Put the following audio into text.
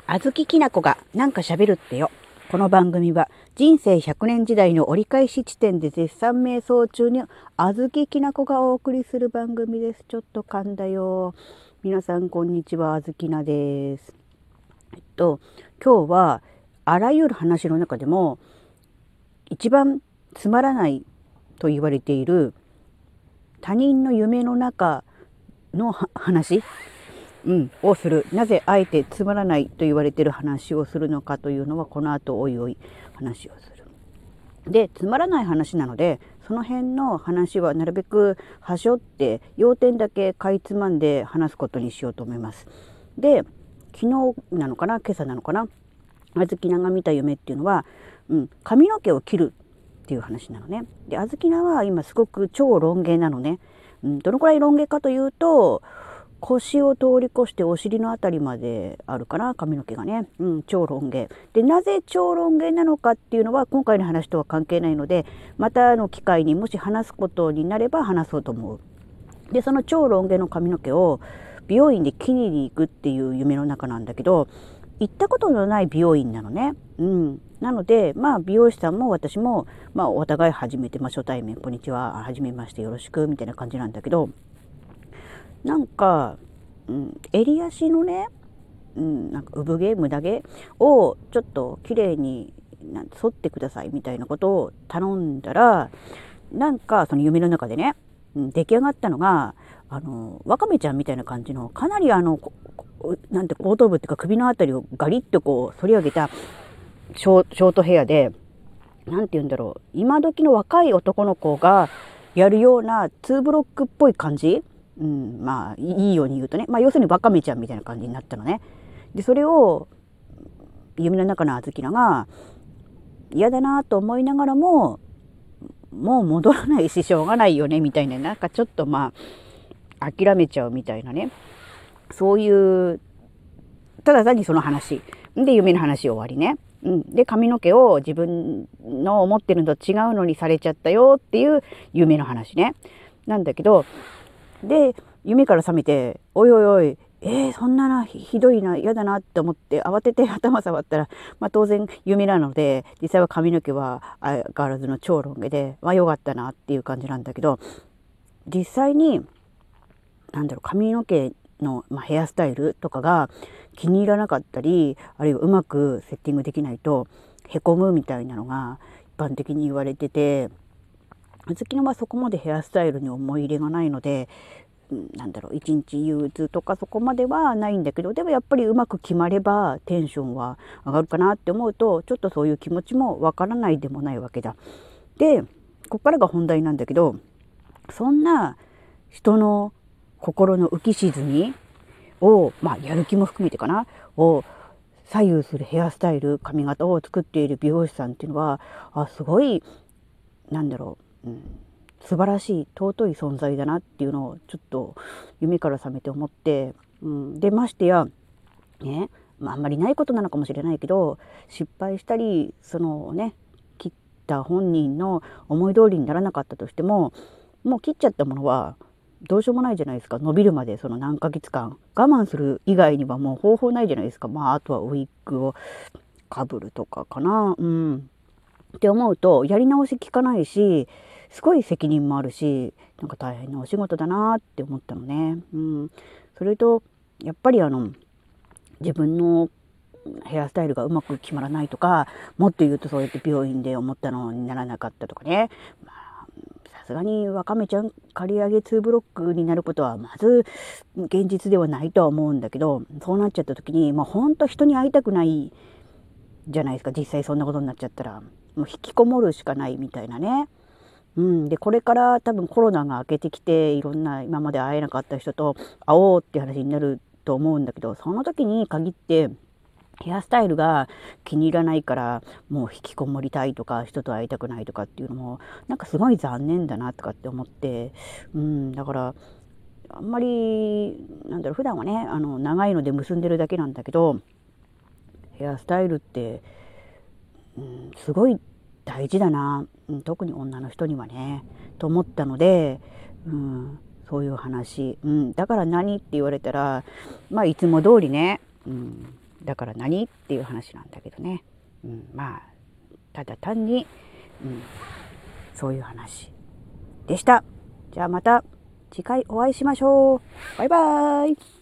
あずききなこがなんか喋るってよ。この番組は人生100年時代の折り返し地点で絶賛瞑想中にあずききなこがお送りする番組です。ちょっと噛んだよ。皆さんこんにちは、あずきなです。今日はあらゆる話の中でも一番つまらないと言われている他人の夢の中の話をする。なぜあえてつまらないと言われている話をするのかというのはこの後おいおい話をする。で、つまらない話なのでその辺の話はなるべく端折って要点だけかいつまんで話すことにしようと思います。で、昨日なのかな今朝なのかな、あずきなが見た夢っていうのは、髪の毛を切るっていう話なのね。で、あずきなは今すごく超ロン毛なのね。どのくらいロン毛かというと腰を通り越してお尻のあたりまであるかな、髪の毛がね。超ロン毛。で、なぜ超ロン毛なのかっていうのは今回の話とは関係ないので、またの機会にもし話すことになれば話そうと思う。で、その超ロン毛の髪の毛を美容院で切りに行くっていう夢の中なんだけど、行ったことのない美容院なのね。なので、美容師さんも私も、お互い初めて、初対面、こんにちは、はじめまして、よろしく、みたいな感じなんだけど、なんか、襟足のね、なんか産毛、無駄毛をちょっと綺麗に剃ってくださいみたいなことを頼んだら、なんかその夢の中でね、出来上がったのが、ワカメちゃんみたいな感じの、かなりなんて後頭部っていうか首のあたりをガリッとこう反り上げたショートヘアで、なんて言うんだろう、今時の若い男の子がやるようなツーブロックっぽい感じ、いいように言うとね、要するにワカメちゃんみたいな感じになったのね。で、それを夢の中のあずきなが嫌だなと思いながらも、もう戻らないししょうがないよねみたいな、なんかちょっと諦めちゃうみたいなね、そういうただ単にその話で夢の話終わりね。で、髪の毛を自分の思ってるのと違うのにされちゃったよっていう夢の話ね。なんだけど、で、夢から覚めて、おいおいおい、そんなな、ひどいな、嫌だなって思って慌てて頭触ったら、当然夢なので、実際は髪の毛は相変わらずの超ロン毛で、良かったなっていう感じなんだけど、実際に、髪の毛の、ヘアスタイルとかが気に入らなかったり、あるいはうまくセッティングできないとへこむみたいなのが一般的に言われてて、あずきのはそこまでヘアスタイルに思い入れがないので、一日憂鬱とかそこまではないんだけど、でもやっぱりうまく決まればテンションは上がるかなって思うと、ちょっとそういう気持ちもわからないでもないわけだ。で、ここからが本題なんだけど、そんな人の心の浮き沈みを、やる気も含めてかな、を左右するヘアスタイル、髪型を作っている美容師さんっていうのは、すごい、素晴らしい、尊い存在だなっていうのをちょっと夢から覚めて思って、で、ましてや、ね、あんまりないことなのかもしれないけど、失敗したり、そのね、切った本人の思い通りにならなかったとしても、もう切っちゃったものはどうしようもないじゃないですか。伸びるまでその何ヶ月間我慢する以外にはもう方法ないじゃないですか。あとはウィッグをかぶるとかかな。って思うとやり直し効かないし、すごい責任もあるし、なんか大変なお仕事だなって思ったのね。それとやっぱり自分のヘアスタイルがうまく決まらないとか、もっと言うとそうやって病院で思ったのにならなかったとかね。さすがにワカメちゃん刈り上げ2ブロックになることはまず現実ではないとは思うんだけど、そうなっちゃった時に本当人に会いたくないじゃないですか。実際そんなことになっちゃったらもう引きこもるしかないみたいなね。でこれから多分コロナが明けてきて、いろんな今まで会えなかった人と会おうっていう話になると思うんだけど、その時に限ってヘアスタイルが気に入らないからもう引きこもりたいとか人と会いたくないとかっていうのもなんかすごい残念だなとかって思って、だからあんまり普段はね長いので結んでるだけなんだけど、ヘアスタイルって、すごい大事だな、特に女の人にはねと思ったので、そういう話、だから何って言われたらいつも通りね、 だから何っていう話なんだけどね。まあただ単に、そういう話でした。じゃあまた次回お会いしましょう。バイバーイ。